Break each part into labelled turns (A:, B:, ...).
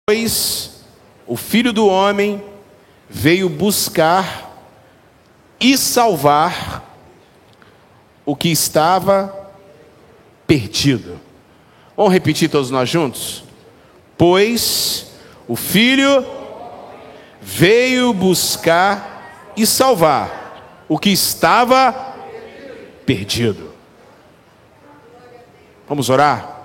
A: Pois o Filho do Homem veio buscar e salvar o que estava perdido. Vamos repetir todos nós juntos? Pois o Filho veio buscar e salvar o que estava perdido. Vamos orar?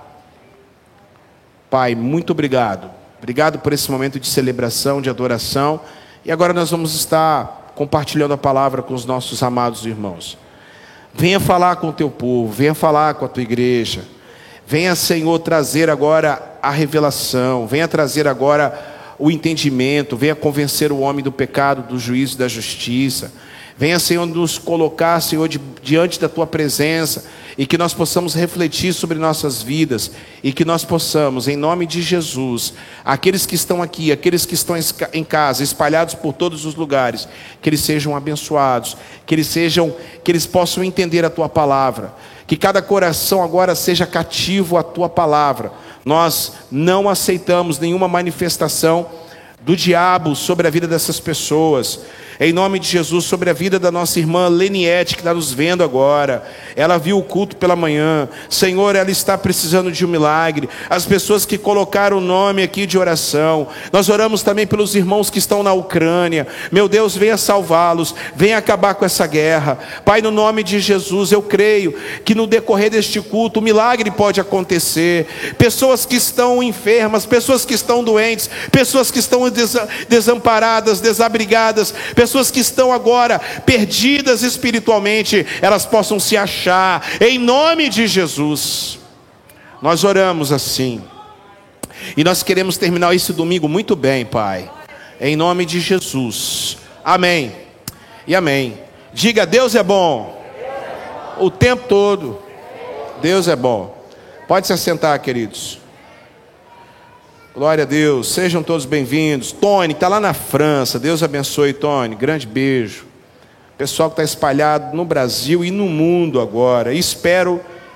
A: Pai, muito obrigado. Obrigado por esse momento de celebração, de adoração. E agora nós vamos estar compartilhando a palavra com os nossos amados irmãos. Venha falar com o teu povo, venha falar com a tua igreja. Venha, Senhor, trazer agora a revelação. Venha trazer agora o entendimento. Venha convencer o homem do pecado, do juízo e da justiça. Venha, Senhor, nos colocar, Senhor, diante da tua presença, e que nós possamos refletir sobre nossas vidas, e que nós possamos, em nome de Jesus, aqueles que estão aqui, aqueles que estão em casa, espalhados por todos os lugares, que eles sejam abençoados, que eles possam entender a tua palavra, que cada coração agora seja cativo à tua palavra. Nós não aceitamos nenhuma manifestação do diabo sobre a vida dessas pessoas. Em nome de Jesus, sobre a vida da nossa irmã Leniette, que está nos vendo agora. Ela viu o culto pela manhã. Senhor, ela está precisando de um milagre. As pessoas que colocaram o nome aqui de oração. Nós oramos também pelos irmãos que estão na Ucrânia. Meu Deus, venha salvá-los. Venha acabar com essa guerra. Pai, no nome de Jesus, eu creio que no decorrer deste culto, o milagre pode acontecer. Pessoas que estão enfermas, pessoas que estão doentes, pessoas que estão desamparadas, desabrigadas, pessoas que estão agora perdidas espiritualmente, elas possam se achar, em nome de Jesus. Nós oramos assim, e nós queremos terminar esse domingo muito bem, Pai, em nome de Jesus, amém e amém. Diga: Deus é bom, o tempo todo. Deus é bom. Pode se assentar, queridos. Glória a Deus, sejam todos bem-vindos. Tony, está lá na França, Deus abençoe, Tony, grande beijo. Pessoal que está espalhado no Brasil e no mundo agora. E espero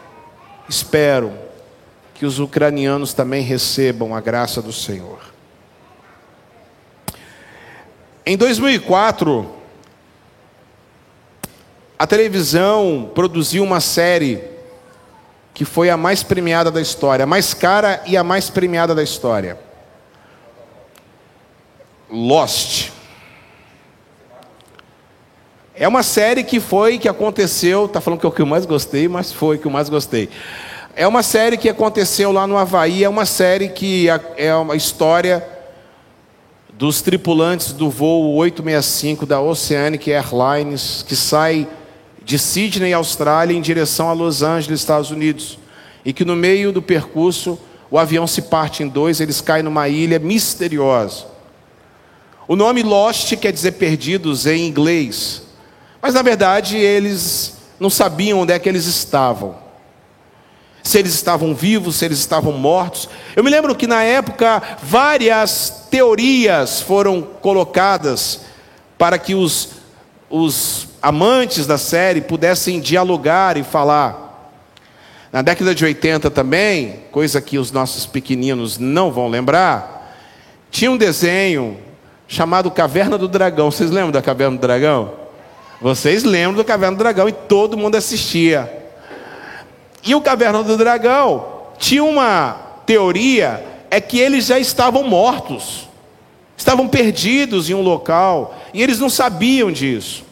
A: que os ucranianos também recebam a graça do Senhor. Em 2004, a televisão produziu uma série que foi a mais premiada da história, a mais cara e a mais premiada da história. Lost. É uma série que aconteceu, está falando que é o que eu mais gostei, mas foi o que eu mais gostei. É uma série que aconteceu lá no Havaí, é uma série que é uma história dos tripulantes do voo 865 da Oceanic Airlines, que sai de Sydney, Austrália, em direção a Los Angeles, Estados Unidos, e que no meio do percurso o avião se parte em dois, eles caem numa ilha misteriosa. O nome Lost quer dizer perdidos em inglês, mas na verdade eles não sabiam onde é que eles estavam, se eles estavam vivos, se eles estavam mortos. Eu me lembro que na época várias teorias foram colocadas para que os amantes da série pudessem dialogar e falar. Na década de 80 também, coisa que os nossos pequeninos não vão lembrar, tinha um desenho chamado Caverna do Dragão. Vocês lembram da Caverna do Dragão? Vocês lembram da Caverna do Dragão, e todo mundo assistia. E o Caverna do Dragão tinha uma teoria, é que eles já estavam mortos, estavam perdidos em um local, e eles não sabiam disso.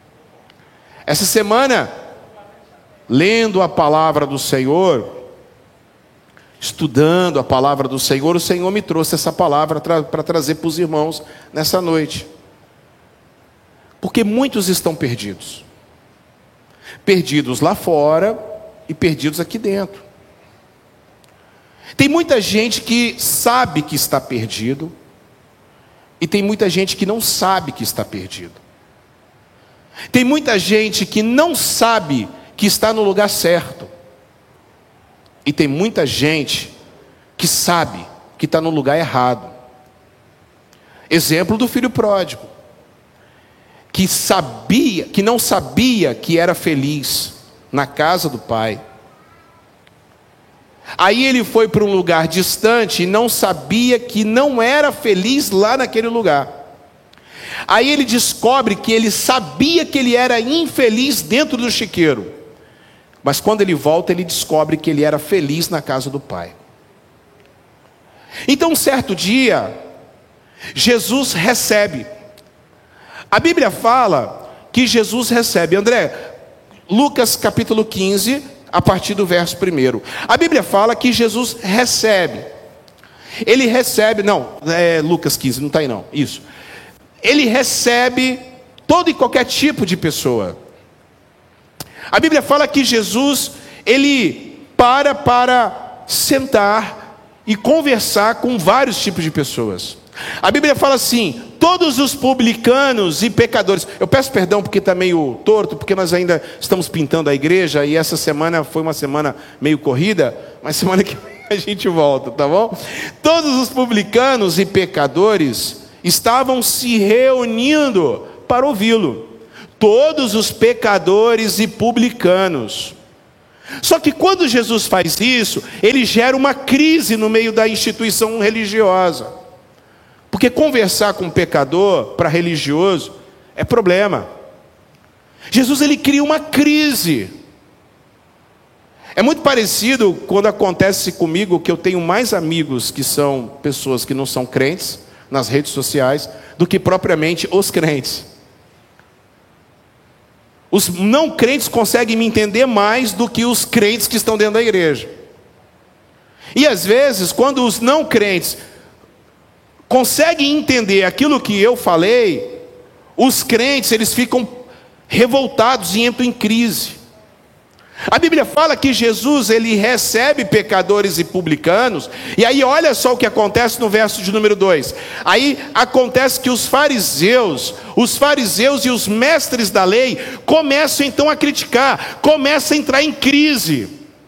A: Essa semana, lendo a palavra do Senhor, estudando a palavra do Senhor, o Senhor me trouxe essa palavra para trazer para os irmãos nessa noite. Porque muitos estão perdidos. Perdidos lá fora e perdidos aqui dentro. Tem muita gente que sabe que está perdido, e tem muita gente que não sabe que está perdido. Tem muita gente que não sabe que está no lugar certo, e tem muita gente que sabe que está no lugar errado. Exemplo do filho pródigo, que não sabia que era feliz na casa do pai. Aí ele foi para um lugar distante e não sabia que não era feliz lá naquele lugar. Aí ele descobre que ele sabia que ele era infeliz dentro do chiqueiro. Mas quando ele volta, ele descobre que ele era feliz na casa do Pai. Então, um certo dia, Jesus recebe. A Bíblia fala que Jesus recebe. André, Lucas capítulo 15, a partir do verso 1. A Bíblia fala que Jesus recebe. Ele recebe, Lucas 15, não está aí não, isso. Ele recebe todo e qualquer tipo de pessoa. A Bíblia fala que Jesus, ele para sentar e conversar com vários tipos de pessoas. A Bíblia fala assim: todos os publicanos e pecadores. Eu peço perdão porque está meio torto, porque nós ainda estamos pintando a igreja, e essa semana foi uma semana meio corrida, mas semana que vem a gente volta, tá bom? Todos os publicanos e pecadores estavam se reunindo para ouvi-lo. Todos os pecadores e publicanos. Só que quando Jesus faz isso, ele gera uma crise no meio da instituição religiosa. Porque conversar com um pecador para religioso é problema. Jesus, ele cria uma crise. É muito parecido quando acontece comigo que eu tenho mais amigos que são pessoas que não são crentes nas redes sociais do que propriamente os crentes. Os não crentes conseguem me entender mais do que os crentes que estão dentro da igreja. E às vezes, quando os não crentes conseguem entender aquilo que eu falei, os crentes, eles ficam revoltados e entram em crise. A Bíblia fala que Jesus, ele recebe pecadores e publicanos, e aí olha só o que acontece no verso de número 2. Aí acontece que os fariseus e os mestres da lei começam então a criticar, começam a entrar em crise.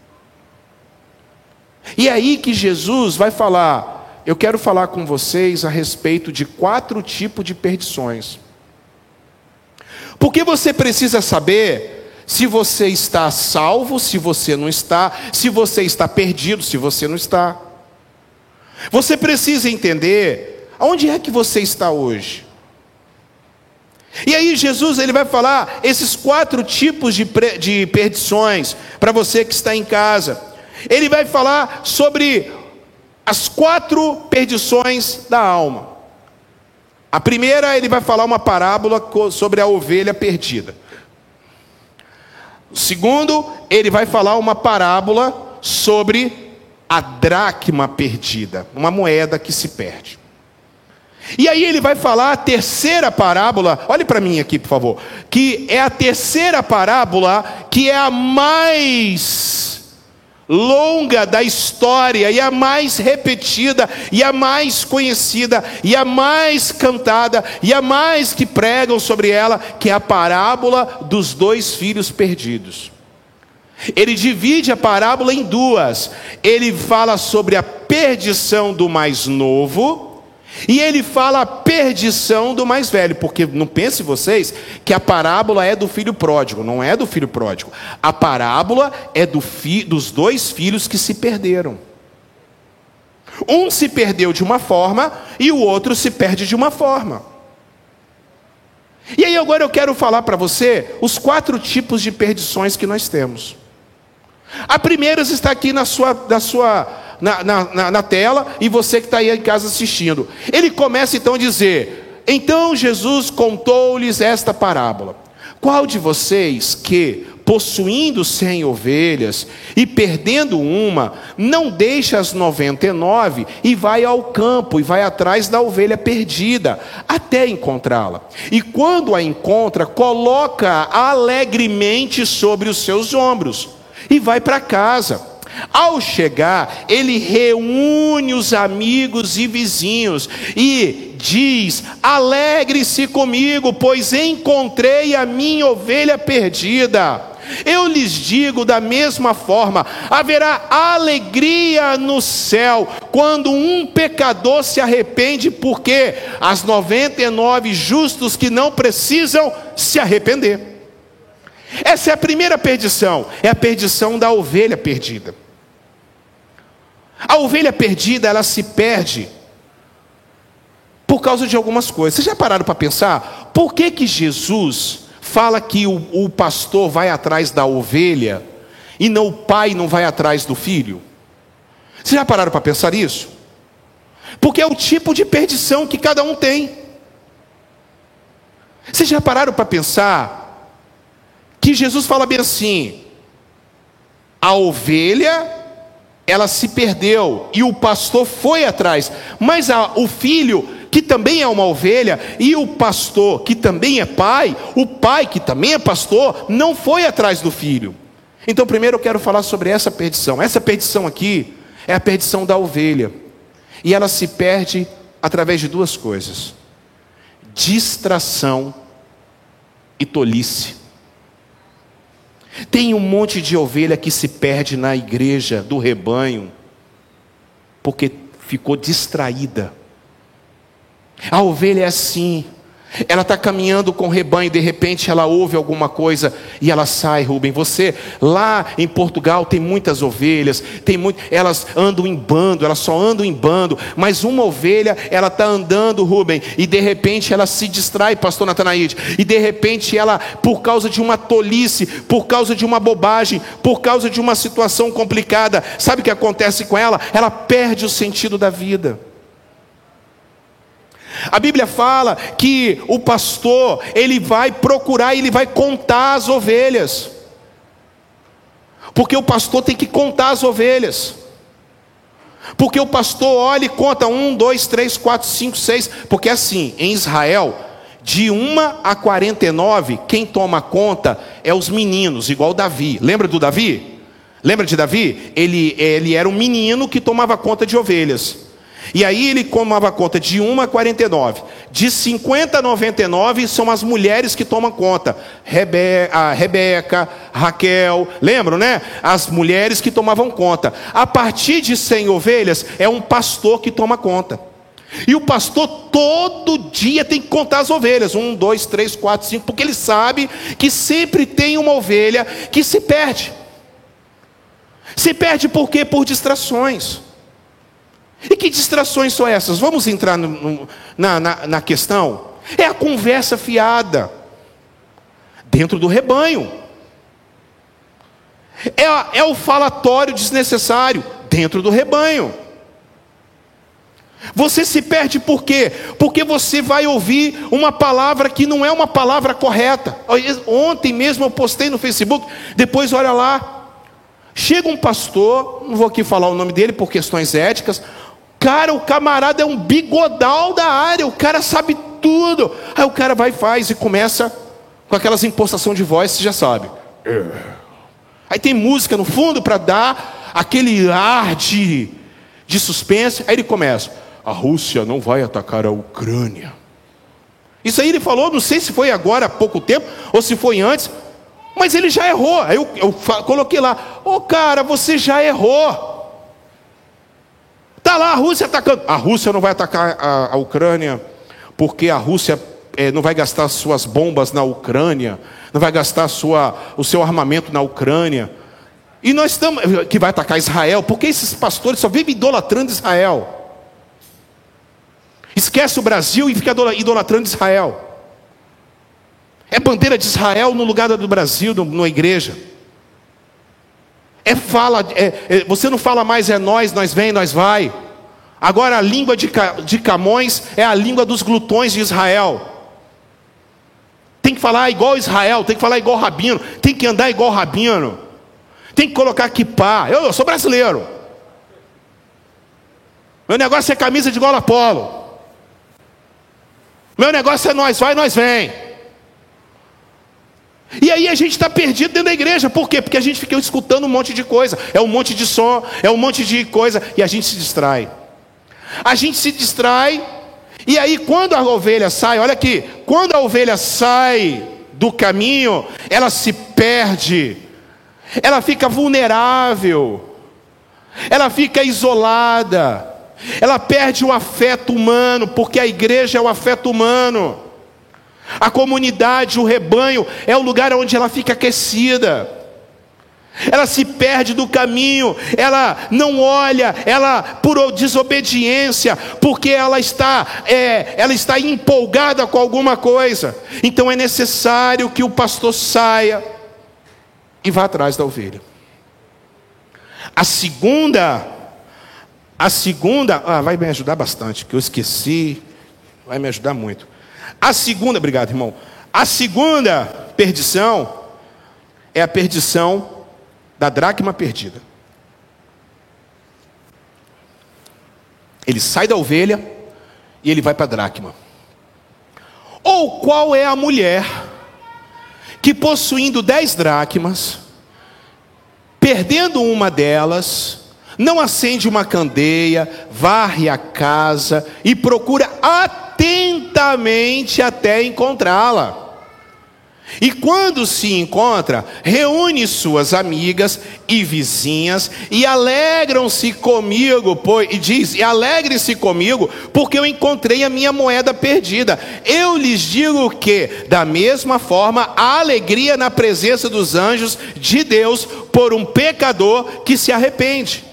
A: E é aí que Jesus vai falar: eu quero falar com vocês a respeito de 4 tipos de perdições. Porque você precisa saber se você está salvo, se você não está, se você está perdido, se você não está. Você precisa entender aonde é que você está hoje. E aí Jesus, ele vai falar esses 4 tipos de perdições para você que está em casa. Ele vai falar sobre as 4 perdições da alma. A primeira, ele vai falar uma parábola sobre a ovelha perdida. O segundo, ele vai falar uma parábola sobre a dracma perdida, uma moeda que se perde. E aí ele vai falar a terceira parábola, olhe para mim aqui por favor, que é a terceira parábola, que é a mais longa da história, e a mais repetida, e a mais conhecida, e a mais cantada, e a mais que pregam sobre ela, que é a parábola dos 2 filhos perdidos. Ele divide a parábola em 2. Ele fala sobre a perdição do mais novo, e ele fala a perdição do mais velho, porque não pense vocês que a parábola é do filho pródigo, não é do filho pródigo. A parábola é dos 2 filhos que se perderam. Um se perdeu de uma forma e o outro se perde de uma forma. E aí agora eu quero falar para você os 4 tipos de perdições que nós temos. A primeira está aqui na tela, e você que está aí em casa assistindo. Ele começa então a dizer: então Jesus contou-lhes esta parábola: qual de vocês que, possuindo 100 ovelhas e perdendo uma, não deixa as 99 e vai ao campo e vai atrás da ovelha perdida até encontrá-la? E quando a encontra, coloca-a alegremente sobre os seus ombros e vai para casa. Ao chegar, ele reúne os amigos e vizinhos e diz: alegre-se comigo, pois encontrei a minha ovelha perdida. Eu lhes digo, da mesma forma, haverá alegria no céu quando um pecador se arrepende, porque as 99 justos que não precisam se arrepender. Essa é a primeira perdição, é a perdição da ovelha perdida. A ovelha perdida, ela se perde por causa de algumas coisas. Vocês já pararam para pensar? Por que Jesus fala que o pastor vai atrás da ovelha e não o pai não vai atrás do filho? Vocês já pararam para pensar isso? Porque é o tipo de perdição que cada um tem. Vocês já pararam para pensar que Jesus fala bem assim: a ovelha, ela se perdeu e o pastor foi atrás, mas o filho, que também é uma ovelha, e o pastor, que também é pai, o pai, que também é pastor, não foi atrás do filho. Então primeiro eu quero falar sobre essa perdição. Essa perdição aqui é a perdição da ovelha, e ela se perde através de duas coisas: distração e tolice. Tem um monte de ovelha que se perde na igreja do rebanho porque ficou distraída. A ovelha é assim, ela está caminhando com o rebanho, de repente ela ouve alguma coisa e ela sai. Rubem, você lá em Portugal tem muitas ovelhas, elas andam em bando, elas só andam em bando, mas uma ovelha, ela está andando, Rubem, e de repente ela se distrai, pastor Natanaide, e de repente ela, por causa de uma tolice, por causa de uma bobagem, por causa de uma situação complicada, sabe o que acontece com ela? Ela perde o sentido da vida. A Bíblia fala que o pastor, ele vai procurar, ele vai contar as ovelhas, porque o pastor tem que contar as ovelhas, porque o pastor olha e conta 1, 2, 3, 4, 5, 6, porque assim, em Israel, de 1 a 49, quem toma conta é os meninos, igual Davi. Lembra do Davi? Lembra de Davi? Ele era um menino que tomava conta de ovelhas. E aí ele tomava conta de 1 a 49. De 50 a 99 são as mulheres que tomam conta. Rebeca, Raquel, lembram, né? As mulheres que tomavam conta. A partir de 100 ovelhas é um pastor que toma conta. E o pastor todo dia tem que contar as ovelhas. 1, 2, 3, 4, 5. Porque ele sabe que sempre tem uma ovelha que se perde. Se perde por quê? Por distrações. E que distrações são essas? Vamos entrar na questão. É a conversa fiada dentro do rebanho. É o falatório desnecessário dentro do rebanho. Você se perde por quê? Porque você vai ouvir uma palavra que não é uma palavra correta. Ontem mesmo eu postei no Facebook, depois olha lá. Chega um pastor, não vou aqui falar o nome dele por questões éticas. Cara, o camarada é um bigodal da área, o cara sabe tudo. Aí o cara vai e faz e começa com aquelas impostações de voz, você já sabe. Aí tem música no fundo para dar aquele ar de suspense. Aí ele começa: a Rússia não vai atacar a Ucrânia. Isso aí ele falou, não sei se foi agora há pouco tempo ou se foi antes, mas ele já errou. Aí eu coloquei lá: cara, você já errou. Está lá a Rússia atacando. A Rússia não vai atacar a Ucrânia, porque a Rússia não vai gastar suas bombas na Ucrânia, não vai gastar o seu armamento na Ucrânia. E nós estamos, que vai atacar Israel, porque esses pastores só vivem idolatrando Israel. Esquece o Brasil e fica idolatrando Israel. É bandeira de Israel no lugar do Brasil, na igreja. Você não fala mais é nós vem, nós vai. Agora a língua de Camões é a língua dos glutões de Israel. Tem que falar igual Israel, tem que falar igual Rabino, tem que andar igual Rabino, tem que colocar quipá. Eu sou brasileiro, meu negócio é camisa de gola polo, meu negócio é nós vai, nós vem. E aí a gente está perdido dentro da igreja. Por quê? Porque a gente fica escutando um monte de coisa. É um monte de som, é um monte de coisa. E a gente se distrai. E aí quando a ovelha sai, olha aqui. Quando a ovelha sai do caminho, ela se perde. Ela fica vulnerável. Ela fica isolada. Ela perde o afeto humano. Porque a igreja é o afeto humano. A comunidade, o rebanho, é o lugar onde ela fica aquecida. ela se perde do caminho, ela não olha, ela por desobediência, porque ela está empolgada com alguma coisa. Então é necessário que o pastor saia e vá atrás da ovelha. A segunda, vai me ajudar bastante, que eu esqueci, vai me ajudar muito. A segunda, obrigado, irmão. A segunda perdição é a perdição da dracma perdida. Ele sai da ovelha e ele vai para a dracma. Ou qual é a mulher que, possuindo 10 dracmas, perdendo uma delas, não acende uma candeia, varre a casa e procura atentamente até encontrá-la? E quando se encontra, reúne suas amigas e vizinhas e alegram-se comigo, e alegre-se comigo, porque eu encontrei a minha moeda perdida. Eu lhes digo que, da mesma forma, há alegria na presença dos anjos de Deus por um pecador que se arrepende.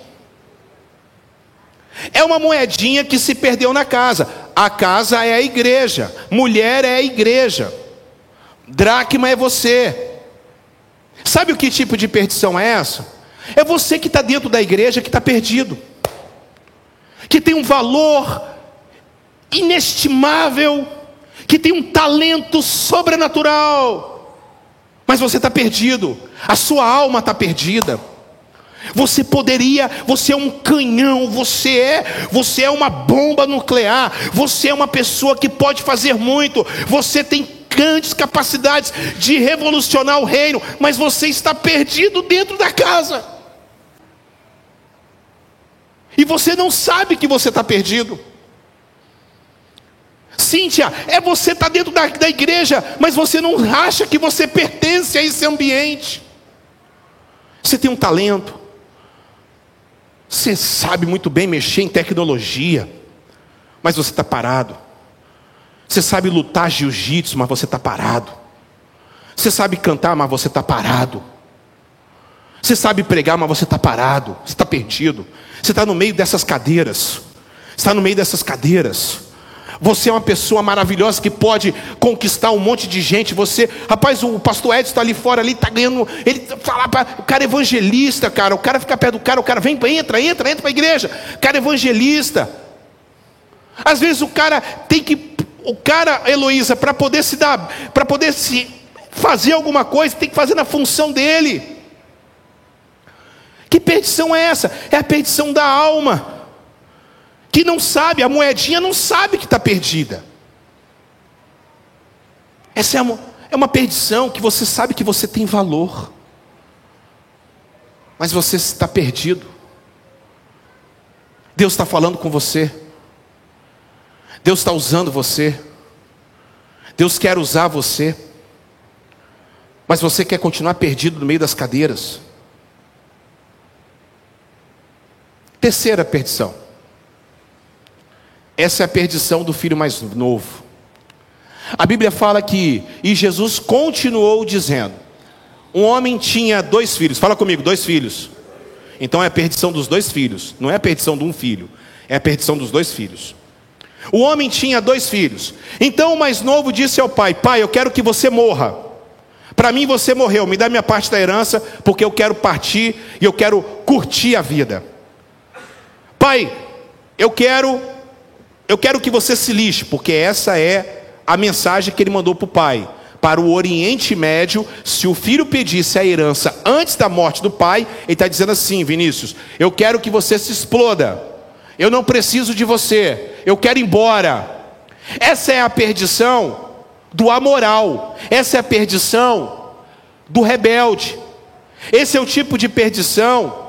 A: É uma moedinha que se perdeu na casa. A casa é a igreja, mulher é a igreja. Dracma é você. Sabe o que tipo de perdição é essa? É você que está dentro da igreja, que está perdido, que tem um valor inestimável, que tem um talento sobrenatural, mas você está perdido. A sua alma está perdida. Você é um canhão, você é uma bomba nuclear, você é uma pessoa que pode fazer muito, você tem grandes capacidades de revolucionar o reino, mas você está perdido dentro da casa, e você não sabe que você está perdido. Cíntia, você está dentro da igreja, mas você não acha que você pertence a esse ambiente. Você tem um talento, você sabe muito bem mexer em tecnologia, mas você está parado. Você sabe lutar jiu-jitsu, mas você está parado. Você sabe cantar, mas você está parado. Você sabe pregar, mas você está parado. Você está perdido. Você está no meio dessas cadeiras. Você é uma pessoa maravilhosa que pode conquistar um monte de gente. Rapaz, o pastor Edson está ali fora, está ganhando. Ele fala para o cara evangelista, cara. O cara fica perto do cara, o cara vem, entra para a igreja. O cara evangelista. Às vezes Heloísa, para poder fazer alguma coisa, tem que fazer na função dele. Que perdição é essa? É a perdição da alma, que não sabe, a moedinha não sabe que está perdida. Essa é uma perdição que você sabe que você tem valor, mas você está perdido. Deus está falando com você. Deus está usando você. Deus quer usar você. Mas você quer continuar perdido no meio das cadeiras. Terceira perdição. Essa é a perdição do filho mais novo. A Bíblia fala que, e Jesus continuou dizendo, um homem tinha 2 filhos. Fala comigo, 2 filhos. Então é a perdição dos 2 filhos. Não é a perdição de um filho. É a perdição dos 2 filhos. O homem tinha 2 filhos. Então o mais novo disse ao pai: pai, eu quero que você morra. Para mim você morreu, me dá minha parte da herança, porque eu quero partir e eu quero curtir a vida. Pai, eu quero que você se lixe, porque essa é a mensagem que ele mandou para o pai. Para o Oriente Médio, se o filho pedisse a herança antes da morte do pai, ele está dizendo assim: Vinícius, eu quero que você se exploda, eu não preciso de você, eu quero ir embora. Essa é a perdição do amoral, essa é a perdição do rebelde. Esse é o tipo de perdição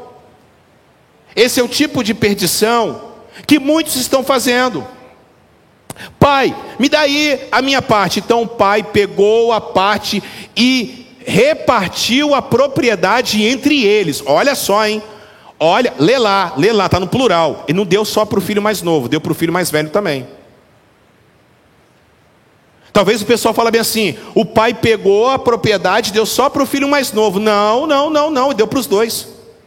A: que muitos estão fazendo. Pai, me dá aí a minha parte. Então o pai pegou a parte e repartiu a propriedade entre eles. Olha só, hein? Olha, lê lá, está no plural. E não deu só para o filho mais novo, deu para o filho mais velho também. Talvez o pessoal fale bem assim: o pai pegou a propriedade e deu só para o filho mais novo. Não, ele deu para os dois.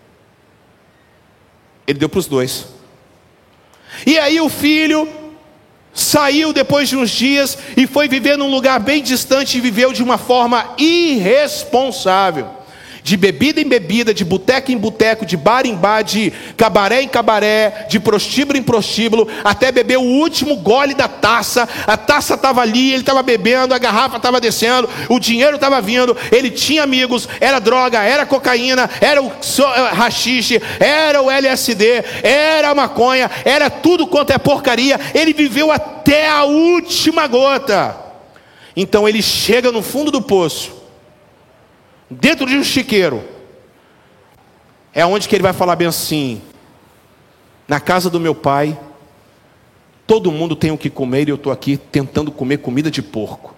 A: Ele deu para os dois. E aí o filho saiu depois de uns dias e foi viver num lugar bem distante e viveu de uma forma irresponsável. De bebida em bebida, de boteco em boteco, de bar em bar, de cabaré em cabaré, de prostíbulo em prostíbulo, até beber o último gole da taça. A taça estava ali, ele estava bebendo, a garrafa estava descendo, o dinheiro estava vindo, ele tinha amigos, era droga, era cocaína, era o haxixe, era o LSD, era a maconha, era tudo quanto é porcaria. Ele viveu até a última gota. Então ele chega no fundo do poço, dentro de um chiqueiro, é onde que ele vai falar bem assim: na casa do meu pai, todo mundo tem o que comer e eu estou aqui tentando comer comida de porco.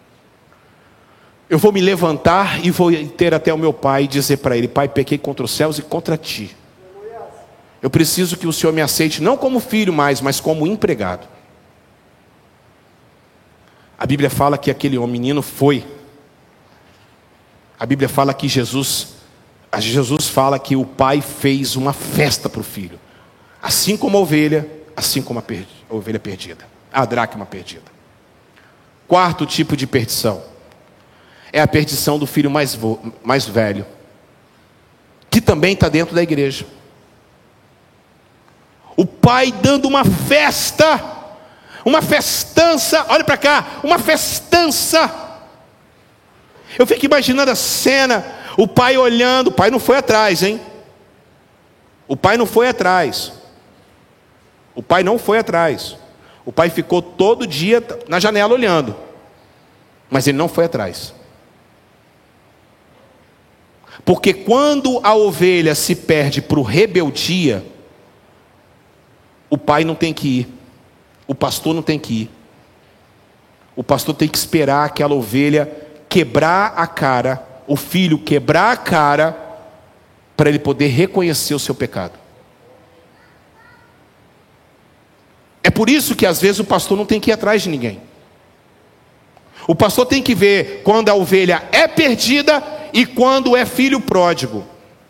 A: Eu vou me levantar e vou ter até o meu pai e dizer para ele: pai, pequei contra os céus e contra ti. Eu preciso que o Senhor me aceite não como filho mais, mas como empregado. A Bíblia fala que aquele menino foi. A Bíblia fala que Jesus fala que o pai fez uma festa para o filho. Assim como a ovelha, assim como a ovelha perdida, a dracma perdida. Quarto tipo de perdição é a perdição do filho mais velho, que também está dentro da igreja. O pai dando uma festa, uma festança, olha para cá, uma festança. Eu fico imaginando a cena, o pai olhando, o pai não foi atrás, hein? O pai não foi atrás. O pai não foi atrás. O pai ficou todo dia na janela olhando, mas ele não foi atrás. Porque quando a ovelha se perde para o rebeldia, o pai não tem que ir, o pastor não tem que ir. O pastor tem que esperar aquela ovelha quebrar a cara, o filho quebrar a cara, para ele poder reconhecer o seu pecado. É por isso que às vezes o pastor não tem que ir atrás de ninguém. O pastor tem que ver quando a ovelha é perdida e quando é filho pródigo.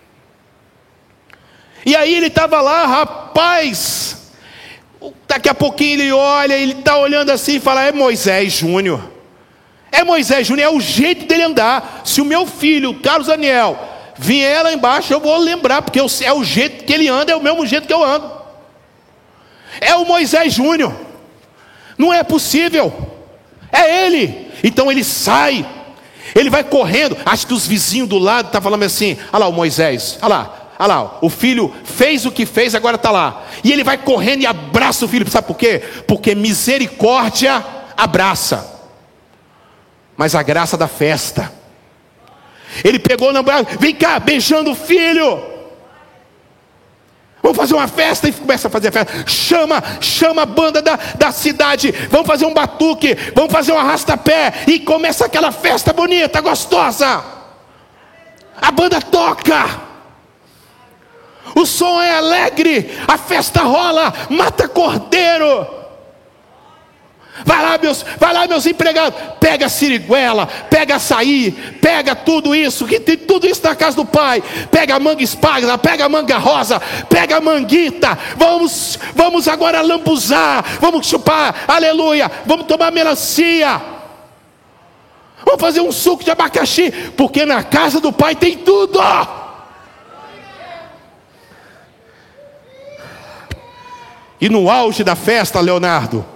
A: E aí ele estava lá, rapaz, daqui a pouquinho ele olha, ele está olhando assim e fala: é Moisés Júnior. É Moisés Júnior, é o jeito dele andar. Se o meu filho, Carlos Daniel, vier lá embaixo, eu vou lembrar, porque é o jeito que ele anda, é o mesmo jeito que eu ando. É o Moisés Júnior. Não é possível. É ele. Então ele sai, ele vai correndo. Acho que os vizinhos do lado estão falando assim: olha lá o Moisés, olha lá, o filho fez o que fez, agora está lá. E ele vai correndo e abraça o filho. Sabe por quê? Porque misericórdia abraça, mas a graça da festa. Ele pegou na braço, vem cá, beijando o filho. Vamos fazer uma festa. E começa a fazer a festa. Chama a banda da cidade. Vamos fazer um batuque, vamos fazer um arrasta-pé. E começa aquela festa bonita, gostosa. A banda toca, o som é alegre, a festa rola, mata cordeiro. Vai lá meus empregados, pega a siriguela, pega açaí, pega tudo isso, que tem tudo isso na casa do pai. Pega a manga esparga, pega a manga rosa, pega a manguita. Vamos agora lambuzar, vamos chupar, aleluia, vamos tomar melancia, vamos fazer um suco de abacaxi, porque na casa do pai tem tudo. E no auge da festa, Leonardo,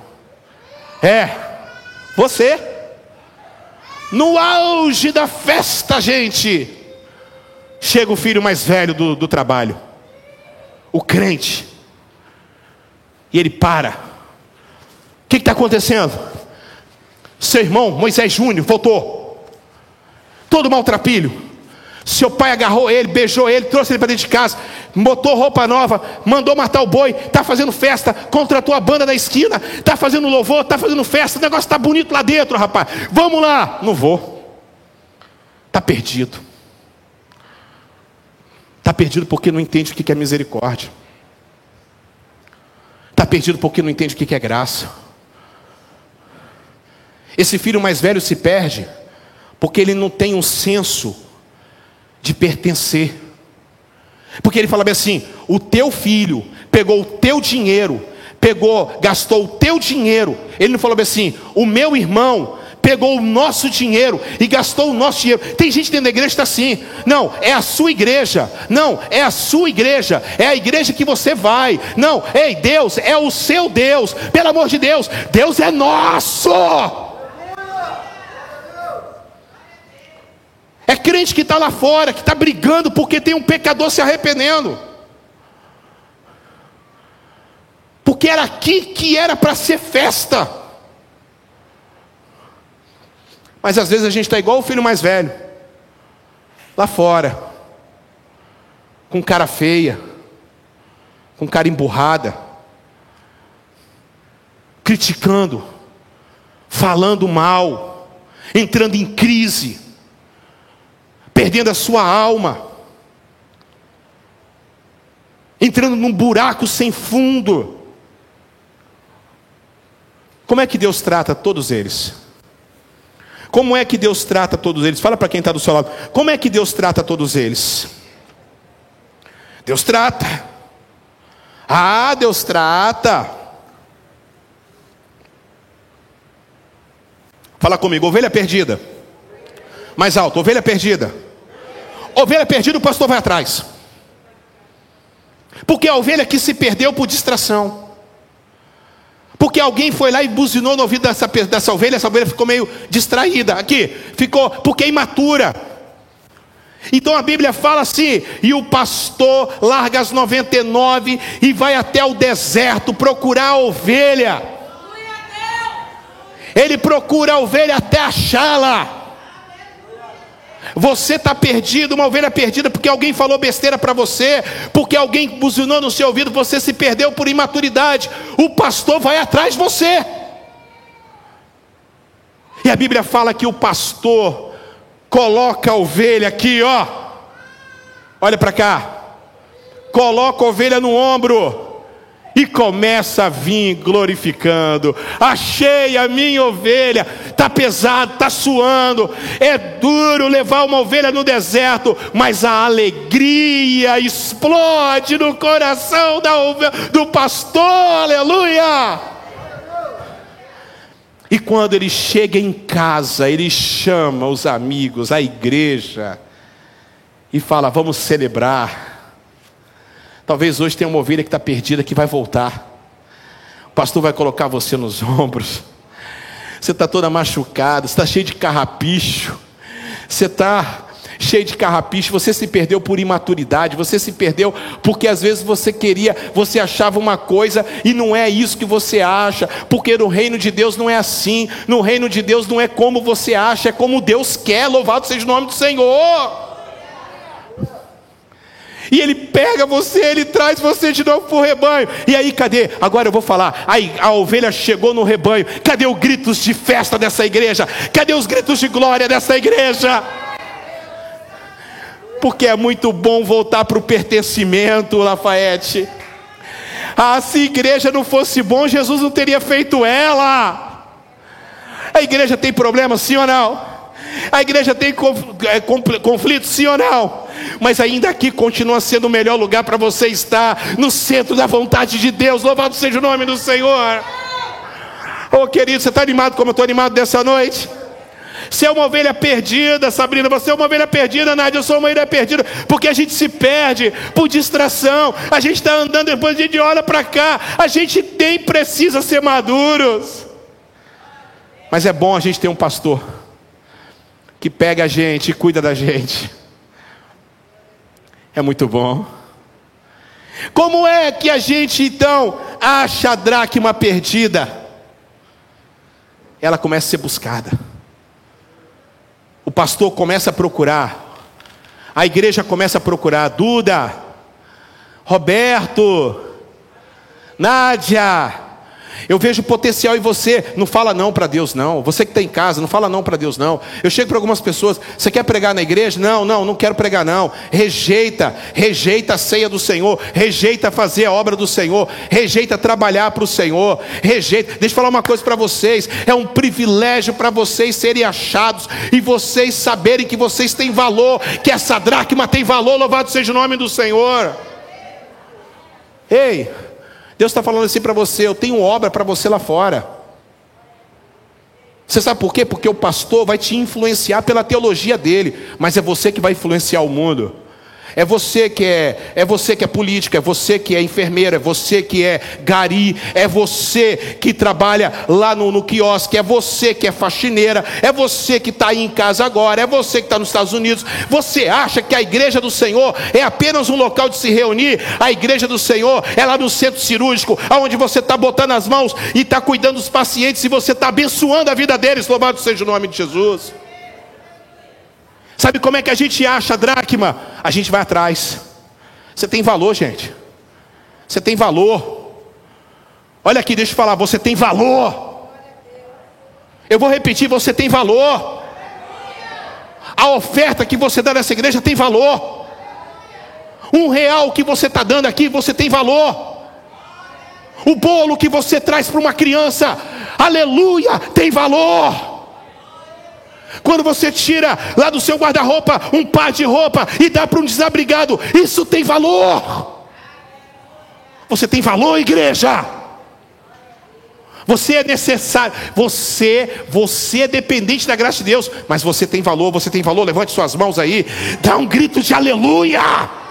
A: você, no auge da festa, gente, chega o filho mais velho do trabalho, o crente, e ele para. O que está acontecendo? Seu irmão Moisés Júnior voltou, todo maltrapilho. Seu pai agarrou ele, beijou ele, trouxe ele para dentro de casa, botou roupa nova, mandou matar o boi, está fazendo festa, contratou a banda da esquina, está fazendo louvor, está fazendo festa, o negócio está bonito lá dentro, rapaz. Vamos lá. Não vou. Está perdido. Está perdido porque não entende o que é misericórdia. Está perdido porque não entende o que é graça. Esse filho mais velho se perde porque ele não tem um senso de pertencer. Porque ele fala bem assim: o teu filho pegou o teu dinheiro, gastou o teu dinheiro. Ele não falou bem assim: o meu irmão pegou o nosso dinheiro e gastou o nosso dinheiro. Tem gente dentro da igreja que está assim: não, é a sua igreja. Não, é a sua igreja. É a igreja que você vai. Não, ei, Deus é o seu Deus. Pelo amor de Deus, Deus é nosso. É crente que está lá fora, que está brigando porque tem um pecador se arrependendo. Porque era aqui que era para ser festa. Mas às vezes a gente está igual o filho mais velho, lá fora, com cara feia, com cara emburrada, criticando, falando mal, entrando em crise, perdendo a sua alma, entrando num buraco sem fundo. Como é que Deus trata todos eles? Como é que Deus trata todos eles? Fala para quem está do seu lado. Como é que Deus trata todos eles? Deus trata. Ah, Deus trata. Fala comigo, ovelha perdida. Mais alto, ovelha perdida. Ovelha perdida, o pastor vai atrás. Porque a ovelha que se perdeu por distração. Porque alguém foi lá e buzinou no ouvido dessa ovelha. Essa ovelha ficou meio distraída. Aqui, ficou, porque é imatura. Então a Bíblia fala assim: e o pastor larga as 99 e vai até o deserto procurar a ovelha. Ele procura a ovelha até achá-la. Você está perdido, uma ovelha perdida, porque alguém falou besteira para você, porque alguém buzinou no seu ouvido, você se perdeu por imaturidade. O pastor vai atrás de você. E a Bíblia fala que o pastor coloca a ovelha aqui, ó. Olha para cá. Coloca a ovelha no ombro e começa a vir glorificando. Achei a minha ovelha. Está pesado, está suando. É duro levar uma ovelha no deserto, mas a alegria explode no coração do pastor. Aleluia! E quando ele chega em casa, ele chama os amigos, a igreja, e fala: vamos celebrar. Talvez hoje tenha uma ovelha que está perdida, que vai voltar. O pastor vai colocar você nos ombros. Você está toda machucada, você está cheio de carrapicho. Você está cheio de carrapicho, você se perdeu por imaturidade. Você se perdeu porque às vezes você achava uma coisa e não é isso que você acha. Porque no reino de Deus não é assim. No reino de Deus não é como você acha, é como Deus quer. Louvado seja o nome do Senhor. E ele pega você, ele traz você de novo para o rebanho. E aí, cadê? Agora eu vou falar. Aí a ovelha chegou no rebanho. Cadê os gritos de festa dessa igreja? Cadê os gritos de glória dessa igreja? Porque é muito bom voltar para o pertencimento, Lafayette. Ah, se a igreja não fosse bom, Jesus não teria feito ela. A igreja tem problema, sim ou não? A igreja tem conflito, sim ou não? Mas ainda aqui continua sendo o melhor lugar para você estar, no centro da vontade de Deus. Louvado seja o nome do Senhor. Oh querido, você está animado como eu estou animado dessa noite? Você é uma ovelha perdida, Sabrina. Você é uma ovelha perdida, Nádia. Eu sou uma ovelha perdida. Porque a gente se perde por distração. A gente está andando, depois a gente olha para cá. A gente nem precisa ser maduros. Mas é bom a gente ter um pastor que pega a gente e cuida da gente. É muito bom. Como é que a gente então acha a dracma perdida? Ela começa a ser buscada. O pastor começa a procurar. A igreja começa a procurar. Duda, Roberto, Nádia, Eu vejo potencial em você. Não fala não para Deus não. Você que está em casa, não fala não para Deus não. Eu chego para algumas pessoas: você quer pregar na igreja? Não quero pregar não. Rejeita a ceia do Senhor. Rejeita fazer a obra do Senhor. Rejeita trabalhar para o Senhor. Rejeita. Deixa eu falar uma coisa para vocês. É um privilégio para vocês serem achados e vocês saberem que vocês têm valor, que essa dracma tem valor. Louvado seja o nome do Senhor. Ei, Deus está falando assim para você: eu tenho obra para você lá fora. Você sabe por quê? Porque o pastor vai te influenciar pela teologia dele, mas é você que vai influenciar o mundo. É você que é político, é você que é enfermeiro, é você que é gari, é você que trabalha lá no quiosque, é você que é faxineira, é você que está aí em casa agora, é você que está nos Estados Unidos. Você acha que a igreja do Senhor é apenas um local de se reunir? A igreja do Senhor é lá no centro cirúrgico, onde você está botando as mãos e está cuidando dos pacientes, e você está abençoando a vida deles. Louvado seja o nome de Jesus. Sabe como é que a gente acha a dracma? A gente vai atrás. Você tem valor, gente. Você tem valor. Olha aqui, deixa eu falar. Você tem valor. Eu vou repetir: você tem valor. A oferta que você dá nessa igreja tem valor. R$1 que você está dando aqui, você tem valor. O bolo que você traz para uma criança, aleluia, tem valor. Quando você tira lá do seu guarda-roupa um par de roupa e dá para um desabrigado, isso tem valor. Você tem valor, igreja. Você é necessário. Você é dependente da graça de Deus, mas você tem valor. Você tem valor. Levante suas mãos aí, dá um grito de aleluia.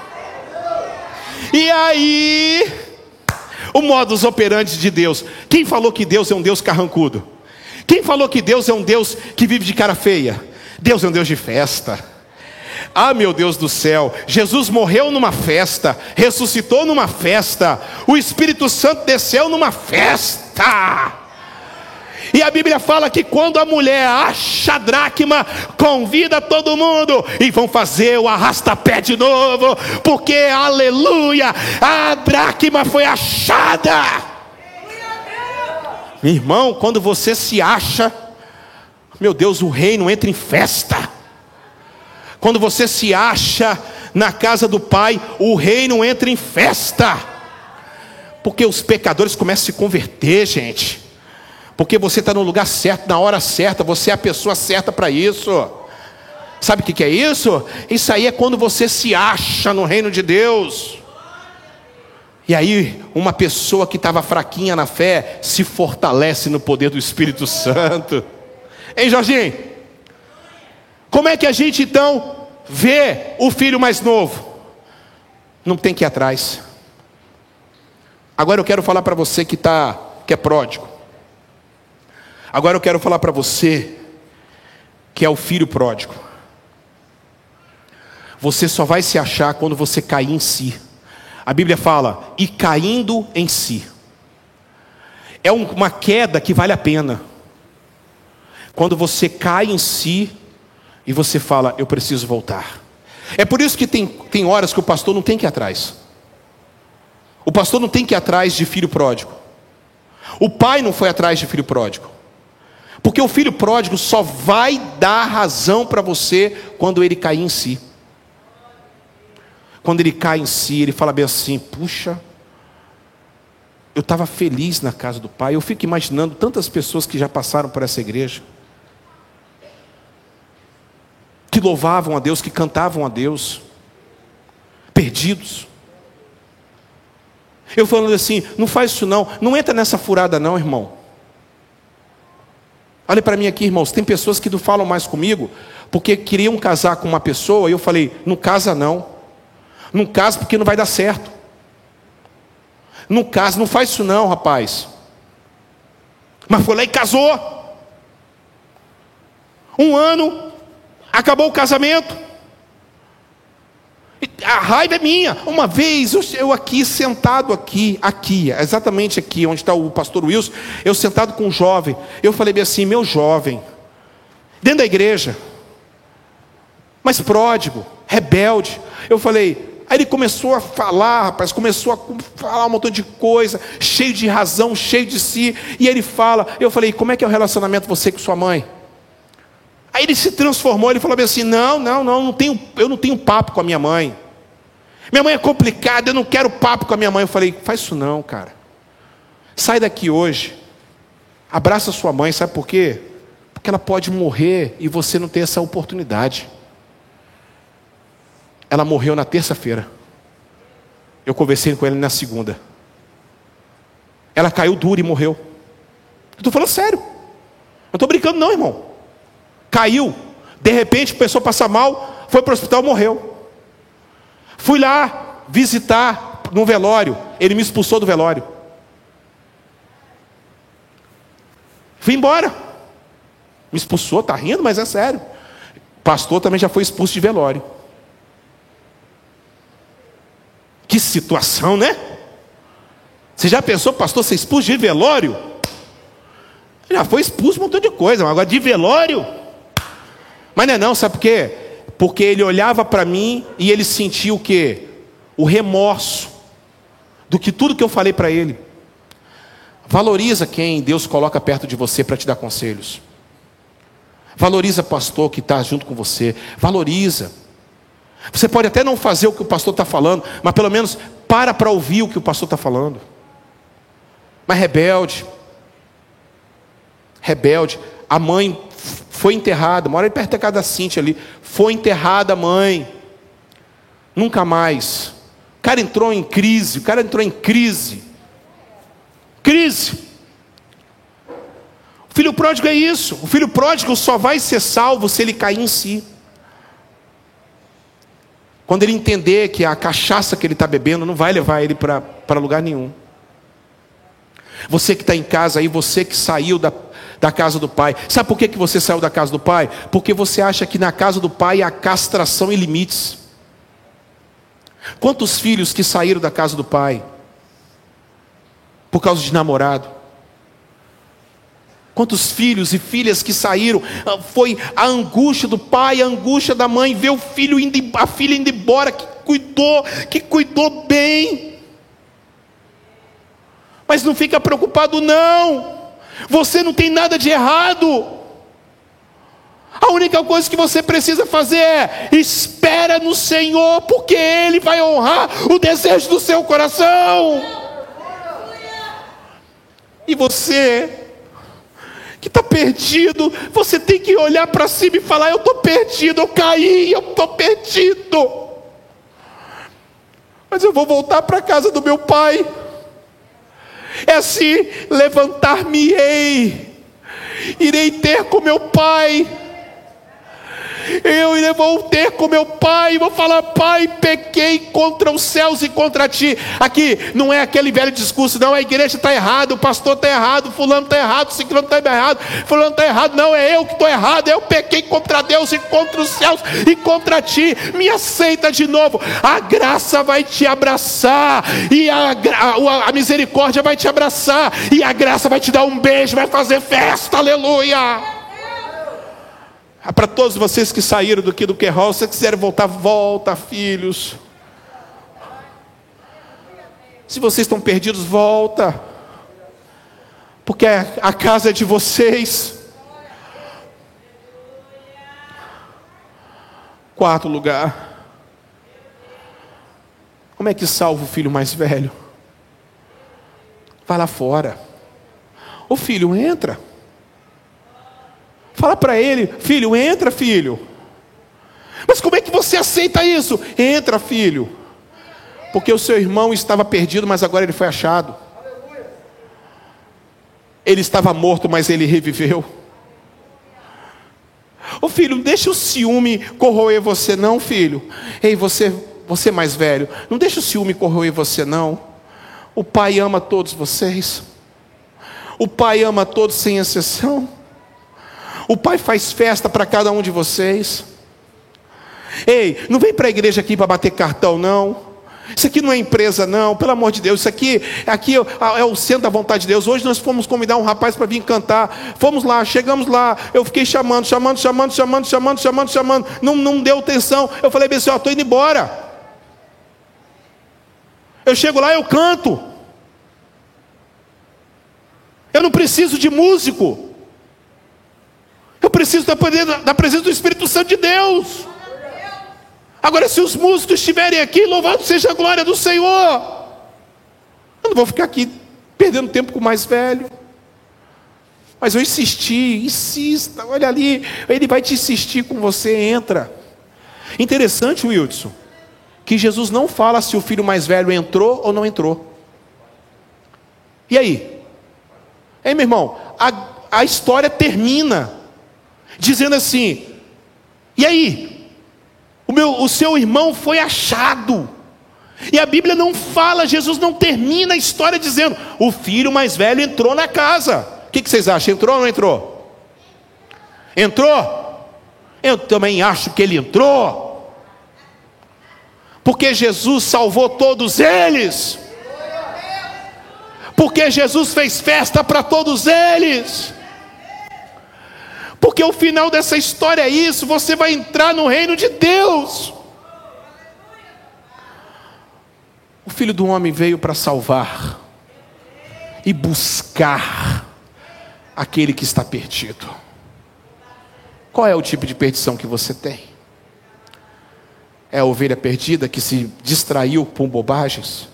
A: E aí, o modus operandi de Deus. Quem falou que Deus é um Deus carrancudo? Quem falou que Deus é um Deus que vive de cara feia? Deus é um Deus de festa. Ah, meu Deus do céu, Jesus morreu numa festa, ressuscitou numa festa, o Espírito Santo desceu numa festa. E a Bíblia fala que quando a mulher acha a dracma, convida todo mundo e vão fazer o arrasta-pé de novo, porque, aleluia, a dracma foi achada. Meu irmão, quando você se acha, meu Deus, o reino entra em festa. Quando você se acha na casa do Pai, o reino entra em festa. Porque os pecadores começam a se converter, gente. Porque você está no lugar certo, na hora certa, você é a pessoa certa para isso. Sabe o que é isso? Isso aí é quando você se acha no reino de Deus. E aí, uma pessoa que estava fraquinha na fé se fortalece no poder do Espírito Santo. Hein, Jorginho? Como é que a gente então vê o filho mais novo? Não tem que ir atrás. Agora eu quero falar para você que é pródigo. Agora eu quero falar para você que é o filho pródigo. Você só vai se achar quando você cair em si. A Bíblia fala, e caindo em si. É uma queda que vale a pena. Quando você cai em si e você fala, eu preciso voltar. É por isso que tem horas que o pastor não tem que ir atrás. O pastor não tem que ir atrás de filho pródigo. O pai não foi atrás de filho pródigo. Porque o filho pródigo só vai dar razão para você quando ele cair em si. Quando ele cai em si, ele fala bem assim, puxa, eu estava feliz na casa do Pai. Eu fico imaginando tantas pessoas que já passaram por essa igreja, que louvavam a Deus, que cantavam a Deus, perdidos. Eu falando assim, não faz isso não, não entra nessa furada não, irmão. Olha para mim aqui, irmãos, tem pessoas que não falam mais comigo, porque queriam casar com uma pessoa, e eu falei, não casa não. Não casa porque não vai dar certo. Não casa, não faz isso não, rapaz. Mas foi lá e casou. 1 ano, acabou o casamento. A raiva é minha. Uma vez, eu aqui, sentado aqui, exatamente aqui, onde está o pastor Wilson, eu sentado com um jovem, eu falei bem assim, meu jovem, dentro da igreja, mas pródigo, rebelde, eu falei, Aí ele começou a falar, rapaz, começou a falar um montão de coisa, cheio de razão, cheio de si. E ele fala, eu falei, como é que é o relacionamento você com sua mãe? Aí ele se transformou, ele falou assim, eu não tenho papo com a minha mãe. Minha mãe é complicada, eu não quero papo com a minha mãe. Eu falei, faz isso não, cara. Sai daqui hoje, abraça sua mãe, sabe por quê? Porque ela pode morrer e você não ter essa oportunidade. Ela morreu na terça-feira. Eu conversei com ela na segunda. Ela caiu dura e morreu. Eu estou falando sério. Não estou brincando não, irmão. Caiu. De repente, começou a passar mal. Foi para o hospital, morreu. Fui lá visitar no velório. Ele me expulsou do velório. Fui embora. Me expulsou, tá rindo, mas é sério. Pastor também já foi expulso de velório. Que situação, né? Você já pensou, pastor, ser expulso de velório? Já foi expulso de um montão de coisa, mas agora de velório? Mas não é não, sabe por quê? Porque ele olhava para mim e ele sentia o quê? O remorso do que tudo que eu falei para ele. Valoriza quem Deus coloca perto de você para te dar conselhos. Valoriza o pastor que está junto com você. Valoriza. Você pode até não fazer o que o pastor está falando, mas pelo menos para ouvir o que o pastor está falando. Mas rebelde, a mãe foi enterrada, mora perto da casa da Cíntia ali, foi enterrada a mãe, nunca mais. O cara entrou em crise, O filho pródigo é isso, o filho pródigo só vai ser salvo se ele cair em si. Quando ele entender que a cachaça que ele está bebendo não vai levar ele para lugar nenhum. Você que está em casa aí, você que saiu da casa do pai. Sabe por que você saiu da casa do pai? Porque você acha que na casa do pai há castração e limites. Quantos filhos que saíram da casa do pai por causa de namorado? Quantos filhos e filhas que saíram, foi a angústia do pai, a angústia da mãe, ver o filho a filha indo embora, que cuidou bem. Mas não fica preocupado não, você não tem nada de errado. A única coisa que você precisa fazer é, espera no Senhor, porque Ele vai honrar o desejo do seu coração. E você que está perdido, você tem que olhar para cima e falar, eu estou perdido, eu caí, eu estou perdido, mas eu vou voltar para a casa do meu pai. É assim, levantar-me-ei, irei ter com meu pai. Eu vou ter com meu pai, vou falar, pai, pequei contra os céus e contra ti. Aqui não é aquele velho discurso, não, a igreja está errada, o pastor está errado, fulano está errado, ciclano está errado, fulano está errado. Não, é eu que estou errado, eu pequei contra Deus e contra os céus e contra ti. Me aceita de novo, a graça vai te abraçar, e a misericórdia vai te abraçar, e a graça vai te dar um beijo, vai fazer festa, aleluia. Para todos vocês que saíram do Querol, se quiserem voltar, volta, filhos. Se vocês estão perdidos, volta, porque a casa é de vocês. Quarto lugar, como é que salva o filho mais velho? Vai lá fora. O filho entra. Fala para ele, filho, entra, filho. Mas como é que você aceita isso? Entra, filho. Porque o seu irmão estava perdido, mas agora ele foi achado. Ele estava morto, mas ele reviveu. Ô filho, não deixa o ciúme corroer você não, filho. Ei, você mais velho, não deixa o ciúme corroer você não. O pai ama todos vocês. O pai ama todos sem exceção. O pai faz festa para cada um de vocês. Ei, não vem para a igreja aqui para bater cartão não. Isso aqui não é empresa não, pelo amor de Deus. Isso aqui é o centro da vontade de Deus. Hoje nós fomos convidar um rapaz para vir cantar. Fomos lá, chegamos lá. Eu fiquei chamando. Não deu atenção. Eu falei bem assim, estou indo embora. Eu chego lá, eu canto. Eu não preciso de músico. Eu preciso da presença do Espírito Santo de Deus. Agora, se os músicos estiverem aqui, louvado seja a glória do Senhor. Eu não vou ficar aqui perdendo tempo com o mais velho. Mas eu insisti, insista, olha ali, ele vai te insistir com você, entra. Interessante, Wilson, que Jesus não fala se o filho mais velho entrou ou não entrou. E aí? Ei, meu irmão, a história termina dizendo assim: e aí? O seu irmão foi achado. E a Bíblia não fala, Jesus não termina a história dizendo: o filho mais velho entrou na casa. O que vocês acham? Entrou ou não entrou? Entrou? Eu também acho que ele entrou. Porque Jesus salvou todos eles. Porque Jesus fez festa para todos eles. Porque o final dessa história é isso: você vai entrar no reino de Deus. O Filho do Homem veio para salvar e buscar aquele que está perdido. Qual é o tipo de perdição que você tem? É a ovelha perdida que se distraiu com bobagens?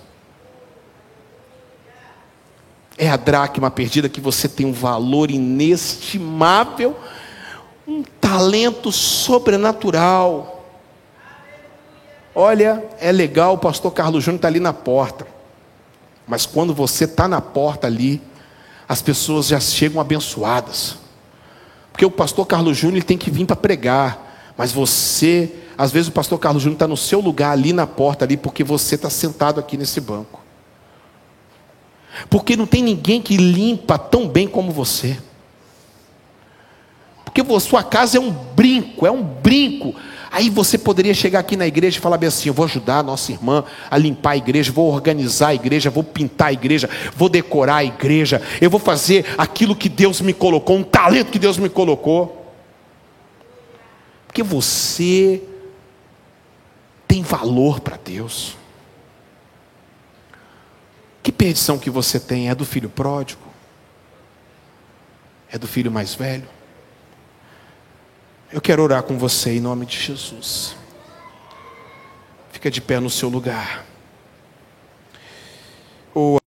A: É a dracma perdida que você tem um valor inestimável, um talento sobrenatural? Olha, é legal, o pastor Carlos Júnior está ali na porta. Mas quando você está na porta ali, as pessoas já chegam abençoadas. Porque o pastor Carlos Júnior ele tem que vir para pregar. Mas você, às vezes o pastor Carlos Júnior está no seu lugar ali na porta, ali, porque você está sentado aqui nesse banco. Porque não tem ninguém que limpa tão bem como você. Porque sua casa é um brinco, Aí você poderia chegar aqui na igreja e falar bem assim: eu vou ajudar a nossa irmã a limpar a igreja, vou organizar a igreja, vou pintar a igreja, vou decorar a igreja, eu vou fazer aquilo que Deus me colocou, um talento que Deus me colocou. Porque você tem valor para Deus. Que perdição que você tem? É do filho pródigo? É do filho mais velho? Eu quero orar com você em nome de Jesus. Fica de pé no seu lugar.